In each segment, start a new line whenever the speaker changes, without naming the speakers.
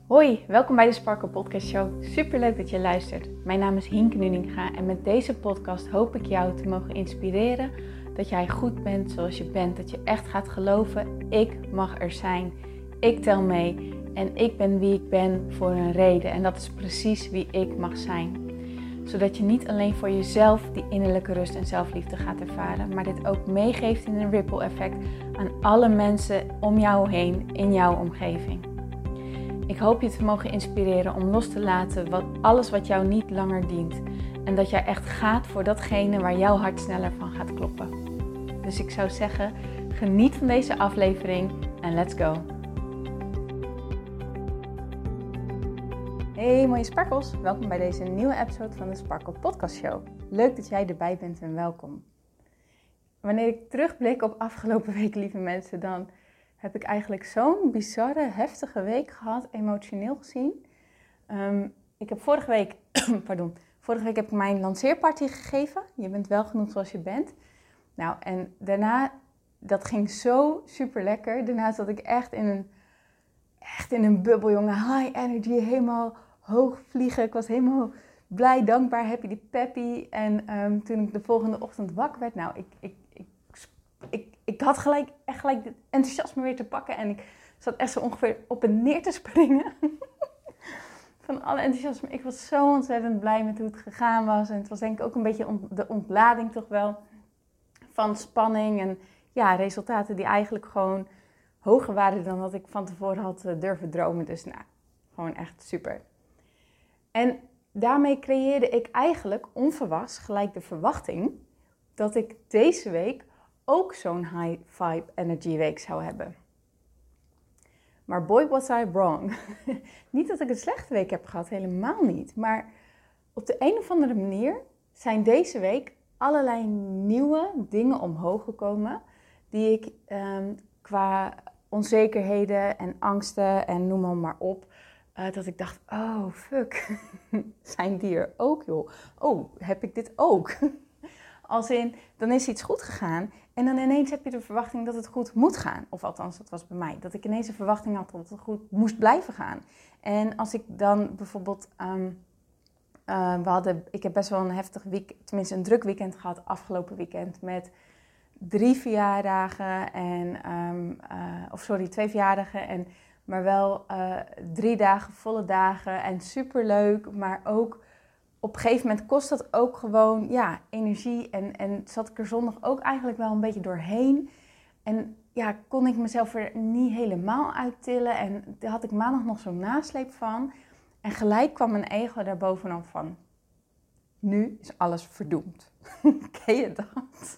Hoi, welkom bij de Sparkle Podcast Show. Superleuk dat je luistert. Mijn naam is Hienke Nuninga en met deze podcast hoop ik jou te mogen inspireren dat jij goed bent zoals je bent. Dat je echt gaat geloven, ik mag er zijn, ik tel mee en ik ben wie ik ben voor een reden. En dat is precies wie ik mag zijn. Zodat je niet alleen voor jezelf die innerlijke rust en zelfliefde gaat ervaren, maar dit ook meegeeft in een ripple effect aan alle mensen om jou heen in jouw omgeving. Ik hoop je te mogen inspireren om los te laten alles wat jou niet langer dient. En dat jij echt gaat voor datgene waar jouw hart sneller van gaat kloppen. Dus ik zou zeggen, geniet van deze aflevering en let's go! Hey mooie sparkles, welkom bij deze nieuwe episode van de Sparkle Podcast Show. Leuk dat jij erbij bent en welkom. Wanneer ik terugblik op afgelopen week, lieve mensen, dan heb ik eigenlijk zo'n bizarre, heftige week gehad, emotioneel gezien. Ik heb vorige week heb ik mijn lanceerparty gegeven. Je bent wel genoeg zoals je bent. Nou, en daarna, dat ging zo super lekker. Daarna zat ik echt in een bubbel, jongen. High energy, helemaal hoog vliegen. Ik was helemaal blij, dankbaar, happy, peppy. En toen ik de volgende ochtend wakker werd, nou, ik had gelijk het enthousiasme weer te pakken. En ik zat echt zo ongeveer op en neer te springen. Van alle enthousiasme. Ik was zo ontzettend blij met hoe het gegaan was. En het was denk ik ook een beetje de ontlading toch wel. Van spanning en ja, resultaten die eigenlijk gewoon hoger waren dan wat ik van tevoren had durven dromen. Dus nou, gewoon echt super. En daarmee creëerde ik eigenlijk onverwachts gelijk de verwachting dat ik deze week ook zo'n high vibe energy week zou hebben. Maar boy was I wrong. Niet dat ik een slechte week heb gehad, helemaal niet. Maar op de een of andere manier zijn deze week allerlei nieuwe dingen omhoog gekomen die ik qua onzekerheden en angsten en noem maar op, dat ik dacht, oh fuck, zijn die er ook joh? Oh, heb ik dit ook? Als in, dan is iets goed gegaan en dan ineens heb je de verwachting dat het goed moet gaan. Of althans, dat was bij mij. Dat ik ineens een verwachting had dat het goed moest blijven gaan. En als ik dan bijvoorbeeld, ik heb best wel een heftig weekend, tenminste een druk weekend gehad afgelopen weekend met 3 verjaardagen en, 2 verjaardagen maar wel 3 dagen, volle dagen en superleuk, maar ook op een gegeven moment kost dat ook gewoon energie en zat ik er zondag ook eigenlijk wel een beetje doorheen. En ja, kon ik mezelf er niet helemaal uittillen en daar had ik maandag nog zo'n nasleep van. En gelijk kwam mijn ego daar bovenop van, nu is alles verdoemd. Ken je dat?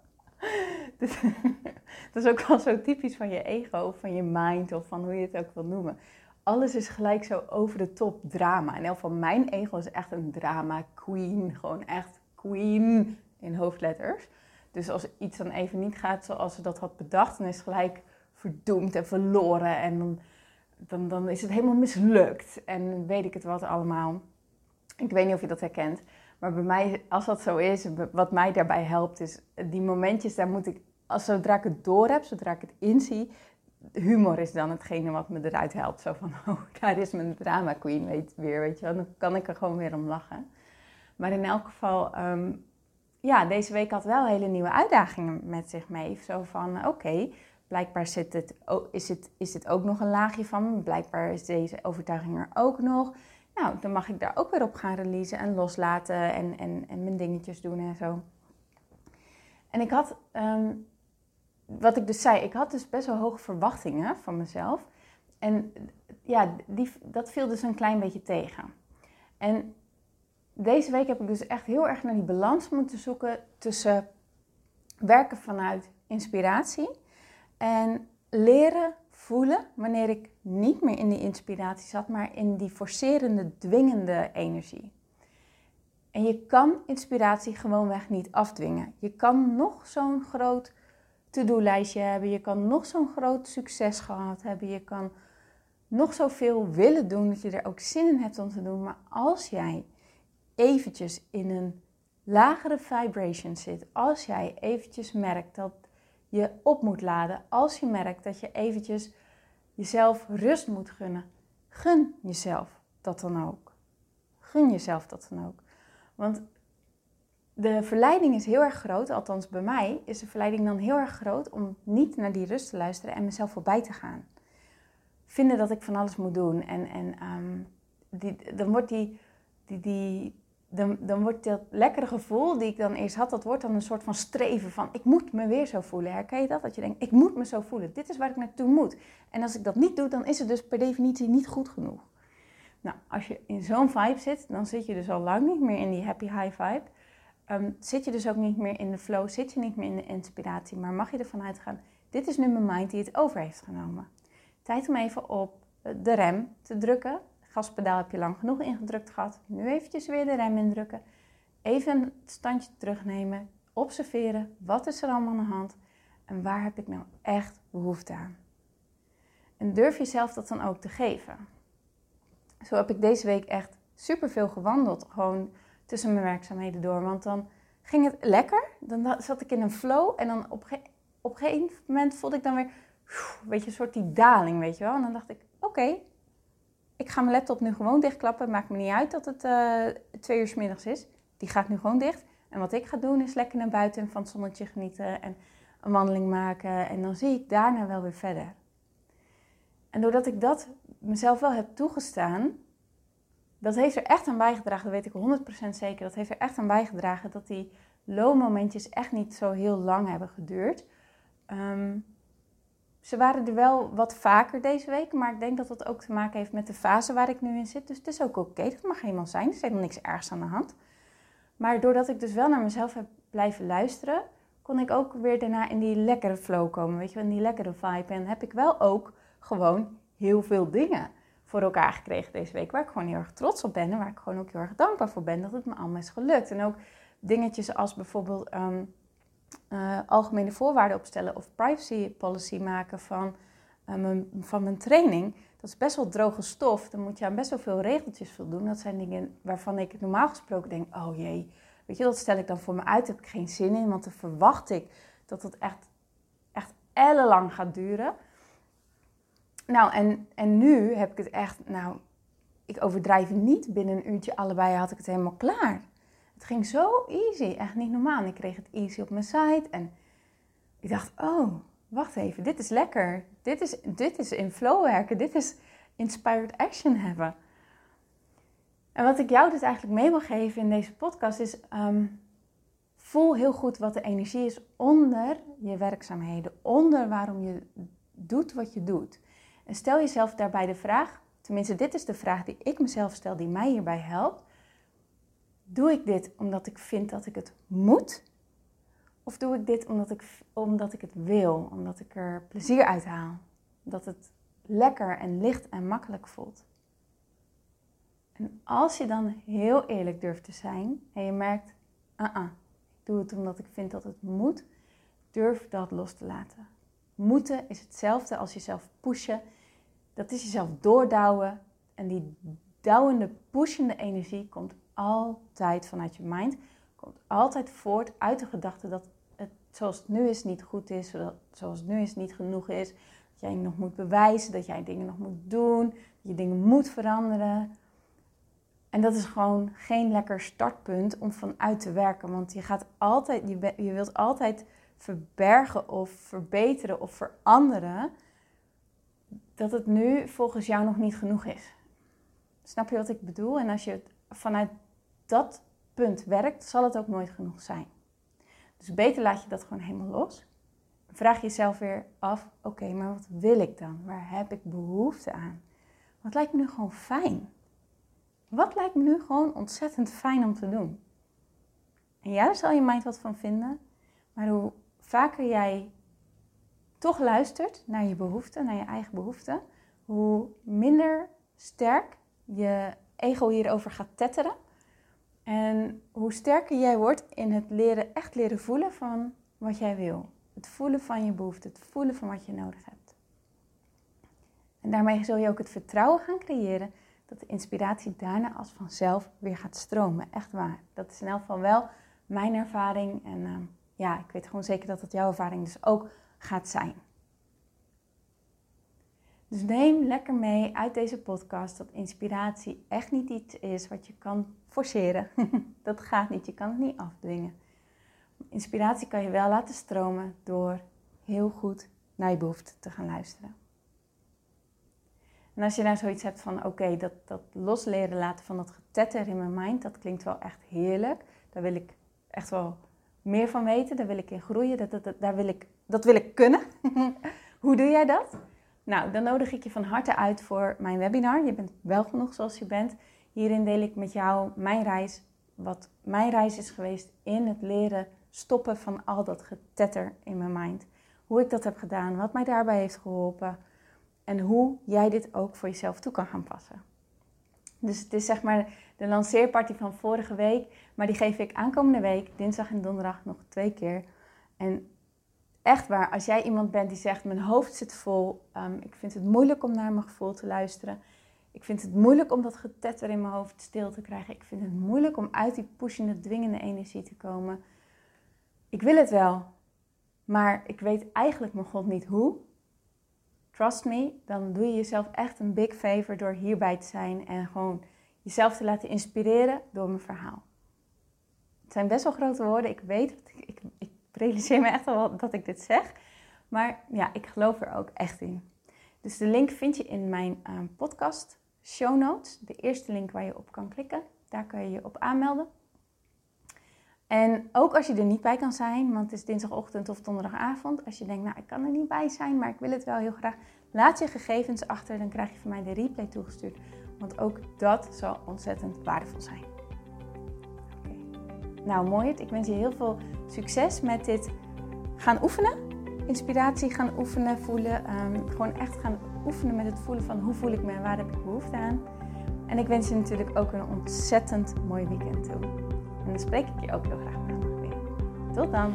Dat is ook wel zo typisch van je ego of van je mind of van hoe je het ook wil noemen. Alles is gelijk zo over de top drama. In elk geval mijn ego is echt een drama queen. Gewoon echt queen in hoofdletters. Dus als iets dan even niet gaat zoals ze dat had bedacht, dan is het gelijk verdoemd en verloren. En dan is het helemaal mislukt. En weet ik het wat allemaal. Ik weet niet of je dat herkent. Maar bij mij, als dat zo is, wat mij daarbij helpt, is die momentjes, daar moet ik, zodra ik het door heb, zodra ik het inzie, humor is dan hetgene wat me eruit helpt. Zo van, oh, daar is mijn drama queen weet je wel. Dan kan ik er gewoon weer om lachen. Maar in elk geval, deze week had wel hele nieuwe uitdagingen met zich mee. Zo van, oké, blijkbaar is dit ook nog een laagje van me. Blijkbaar is deze overtuiging er ook nog. Nou, dan mag ik daar ook weer op gaan releasen en loslaten en mijn dingetjes doen en zo. En ik had, wat ik dus zei, ik had dus best wel hoge verwachtingen van mezelf. En ja, dat viel dus een klein beetje tegen. En deze week heb ik dus echt heel erg naar die balans moeten zoeken tussen werken vanuit inspiratie en leren voelen wanneer ik niet meer in die inspiratie zat, maar in die forcerende, dwingende energie. En je kan inspiratie gewoonweg niet afdwingen. Je kan nog zo'n groot to-do-lijstje hebben, je kan nog zo'n groot succes gehad hebben, je kan nog zoveel willen doen dat je er ook zin in hebt om te doen. Maar als jij eventjes in een lagere vibration zit, als jij eventjes merkt dat je op moet laden, als je merkt dat je eventjes jezelf rust moet gunnen, gun jezelf dat dan ook. Gun jezelf dat dan ook. Want de verleiding is heel erg groot, althans bij mij is de verleiding dan heel erg groot om niet naar die rust te luisteren en mezelf voorbij te gaan. Vinden dat ik van alles moet doen. Dan wordt dat lekkere gevoel die ik dan eerst had, dat wordt dan een soort van streven van ik moet me weer zo voelen. Herken je dat? Dat je denkt, ik moet me zo voelen. Dit is waar ik naartoe moet. En als ik dat niet doe, dan is het dus per definitie niet goed genoeg. Nou, als je in zo'n vibe zit, dan zit je dus al lang niet meer in die happy high vibe. Zit je dus ook niet meer in de flow, zit je niet meer in de inspiratie, maar mag je ervan uitgaan, dit is nu mijn mind die het over heeft genomen. Tijd om even op de rem te drukken. Gaspedaal heb je lang genoeg ingedrukt gehad. Nu eventjes weer de rem indrukken. Even een standje terugnemen. Observeren. Wat is er allemaal aan de hand? En waar heb ik nou echt behoefte aan? En durf jezelf dat dan ook te geven. Zo heb ik deze week echt superveel gewandeld. Gewoon tussen mijn werkzaamheden door. Want dan ging het lekker. Dan zat ik in een flow. En dan op een gegeven moment voelde ik dan weer... Weet je, een soort die daling, weet je wel. En dan dacht ik, oké, ik ga mijn laptop nu gewoon dichtklappen. Maakt me niet uit dat het 2 uur 's middags is. Die gaat nu gewoon dicht. En wat ik ga doen is lekker naar buiten en van het zonnetje genieten. En een wandeling maken. En dan zie ik daarna wel weer verder. En doordat ik dat mezelf wel heb toegestaan... Dat heeft er echt aan bijgedragen, dat weet ik 100% zeker. Dat heeft er echt aan bijgedragen dat die low momentjes echt niet zo heel lang hebben geduurd. Ze waren er wel wat vaker deze week, maar ik denk dat dat ook te maken heeft met de fase waar ik nu in zit. Dus het is ook oké, dat mag helemaal zijn. Er is helemaal niks ergs aan de hand. Maar doordat ik dus wel naar mezelf heb blijven luisteren, kon ik ook weer daarna in die lekkere flow komen, weet je wel, in die lekkere vibe. En heb ik wel ook gewoon heel veel dingen voor elkaar gekregen deze week, waar ik gewoon heel erg trots op ben en waar ik gewoon ook heel erg dankbaar voor ben dat het me allemaal is gelukt. En ook dingetjes als bijvoorbeeld algemene voorwaarden opstellen of privacy policy maken van mijn training. Dat is best wel droge stof, dan moet je aan best wel veel regeltjes voldoen. Dat zijn dingen waarvan ik normaal gesproken denk, oh jee, weet je, dat stel ik dan voor me uit, daar heb ik geen zin in, want dan verwacht ik dat het echt ellenlang gaat duren. Nou, en nu heb ik het echt, ik overdrijf niet, binnen een uurtje allebei had ik het helemaal klaar. Het ging zo easy, echt niet normaal. En ik kreeg het easy op mijn site en ik dacht, oh, wacht even, dit is lekker. Dit is in flow werken, dit is inspired action hebben. En wat ik jou dus eigenlijk mee wil geven in deze podcast is, voel heel goed wat de energie is onder je werkzaamheden, onder waarom je doet wat je doet. En stel jezelf daarbij de vraag, tenminste dit is de vraag die ik mezelf stel, die mij hierbij helpt. Doe ik dit omdat ik vind dat ik het moet? Of doe ik dit omdat ik het wil, omdat ik er plezier uit haal? Dat het lekker en licht en makkelijk voelt. En als je dan heel eerlijk durft te zijn en je merkt, ik doe het omdat ik vind dat het moet, durf dat los te laten. Moeten is hetzelfde als jezelf pushen. Dat is jezelf doordouwen. En die douwende, pushende energie komt altijd vanuit je mind. Komt altijd voort uit de gedachte dat het zoals het nu is niet goed is. Zoals het nu is niet genoeg is. Dat jij nog moet bewijzen. Dat jij dingen nog moet doen. Dat je dingen moet veranderen. En dat is gewoon geen lekker startpunt om vanuit te werken. Want je wilt altijd verbergen of verbeteren of veranderen dat het nu volgens jou nog niet genoeg is. Snap je wat ik bedoel? En als je vanuit dat punt werkt, zal het ook nooit genoeg zijn. Dus beter laat je dat gewoon helemaal los. Vraag jezelf weer af, oké, maar wat wil ik dan? Waar heb ik behoefte aan? Wat lijkt me nu gewoon fijn? Wat lijkt me nu gewoon ontzettend fijn om te doen? En ja, daar zal je mind wat van vinden. Maar hoe vaker jij toch luistert naar je behoeften, naar je eigen behoeften, hoe minder sterk je ego hierover gaat tetteren. En hoe sterker jij wordt in het echt leren voelen van wat jij wil. Het voelen van je behoeften, het voelen van wat je nodig hebt. En daarmee zul je ook het vertrouwen gaan creëren dat de inspiratie daarna als vanzelf weer gaat stromen. Echt waar. Dat is in elk geval wel mijn ervaring. En ik weet gewoon zeker dat dat jouw ervaring dus ook gaat zijn. Dus neem lekker mee uit deze podcast dat inspiratie echt niet iets is wat je kan forceren. Dat gaat niet, je kan het niet afdwingen. Inspiratie kan je wel laten stromen door heel goed naar je behoeften te gaan luisteren. En als je nou zoiets hebt van oké, dat losleren laten van dat getetter in mijn mind, dat klinkt wel echt heerlijk. Daar wil ik echt wel meer van weten, daar wil ik in groeien, dat wil ik kunnen. Hoe doe jij dat? Nou, dan nodig ik je van harte uit voor mijn webinar. Je bent wel genoeg zoals je bent. Hierin deel ik met jou mijn reis, wat mijn reis is geweest in het leren stoppen van al dat getetter in mijn mind. Hoe ik dat heb gedaan, wat mij daarbij heeft geholpen en hoe jij dit ook voor jezelf toe kan gaan passen. Dus het is zeg maar de lanceerparty van vorige week, maar die geef ik aankomende week, dinsdag en donderdag, nog 2 keer. En echt waar, als jij iemand bent die zegt, mijn hoofd zit vol, ik vind het moeilijk om naar mijn gevoel te luisteren. Ik vind het moeilijk om dat getetter in mijn hoofd stil te krijgen. Ik vind het moeilijk om uit die pushende, dwingende energie te komen. Ik wil het wel, maar ik weet eigenlijk mijn god niet hoe. Trust me, dan doe je jezelf echt een big favor door hierbij te zijn en gewoon jezelf te laten inspireren door mijn verhaal. Het zijn best wel grote woorden, ik weet het. Ik realiseer me echt wel dat ik dit zeg. Maar ja, ik geloof er ook echt in. Dus de link vind je in mijn podcast show notes. De eerste link waar je op kan klikken. Daar kan je je op aanmelden. En ook als je er niet bij kan zijn, want het is dinsdagochtend of donderdagavond. Als je denkt, nou ik kan er niet bij zijn, maar ik wil het wel heel graag. Laat je gegevens achter, dan krijg je van mij de replay toegestuurd. Want ook dat zal ontzettend waardevol zijn. Nou, mooi. Ik wens je heel veel succes met dit gaan oefenen. Inspiratie gaan oefenen, voelen. Gewoon echt gaan oefenen met het voelen van hoe voel ik me en waar heb ik behoefte aan. En ik wens je natuurlijk ook een ontzettend mooi weekend toe. En dan spreek ik je ook heel graag maandag weer. Tot dan!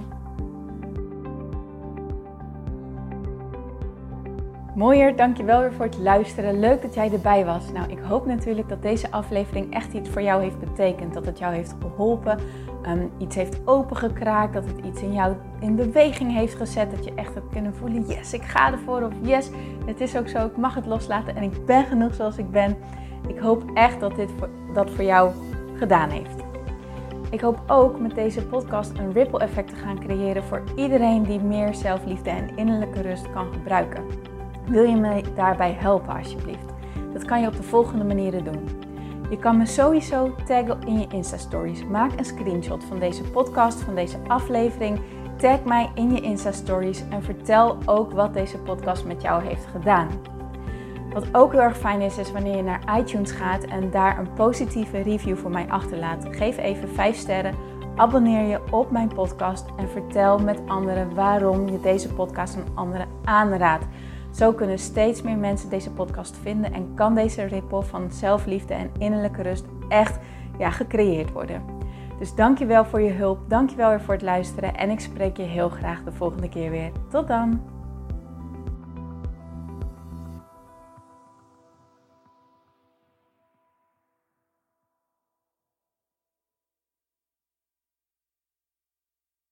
Mooier, dankjewel weer voor het luisteren. Leuk dat jij erbij was. Nou, ik hoop natuurlijk dat deze aflevering echt iets voor jou heeft betekend. Dat het jou heeft geholpen, iets heeft opengekraakt, dat het iets in jou in beweging heeft gezet. Dat je echt hebt kunnen voelen, yes, ik ga ervoor. Of yes, het is ook zo, ik mag het loslaten en ik ben genoeg zoals ik ben. Ik hoop echt dat dit dat voor jou gedaan heeft. Ik hoop ook met deze podcast een ripple effect te gaan creëren voor iedereen die meer zelfliefde en innerlijke rust kan gebruiken. Wil je me daarbij helpen alsjeblieft? Dat kan je op de volgende manieren doen. Je kan me sowieso taggen in je Insta-stories. Maak een screenshot van deze podcast, van deze aflevering. Tag mij in je Insta-stories en vertel ook wat deze podcast met jou heeft gedaan. Wat ook heel erg fijn is wanneer je naar iTunes gaat en daar een positieve review voor mij achterlaat. Geef even 5 sterren, abonneer je op mijn podcast en vertel met anderen waarom je deze podcast aan anderen aanraadt. Zo kunnen steeds meer mensen deze podcast vinden en kan deze ripple van zelfliefde en innerlijke rust echt gecreëerd worden. Dus dankjewel voor je hulp, dankjewel weer voor het luisteren en ik spreek je heel graag de volgende keer weer. Tot dan!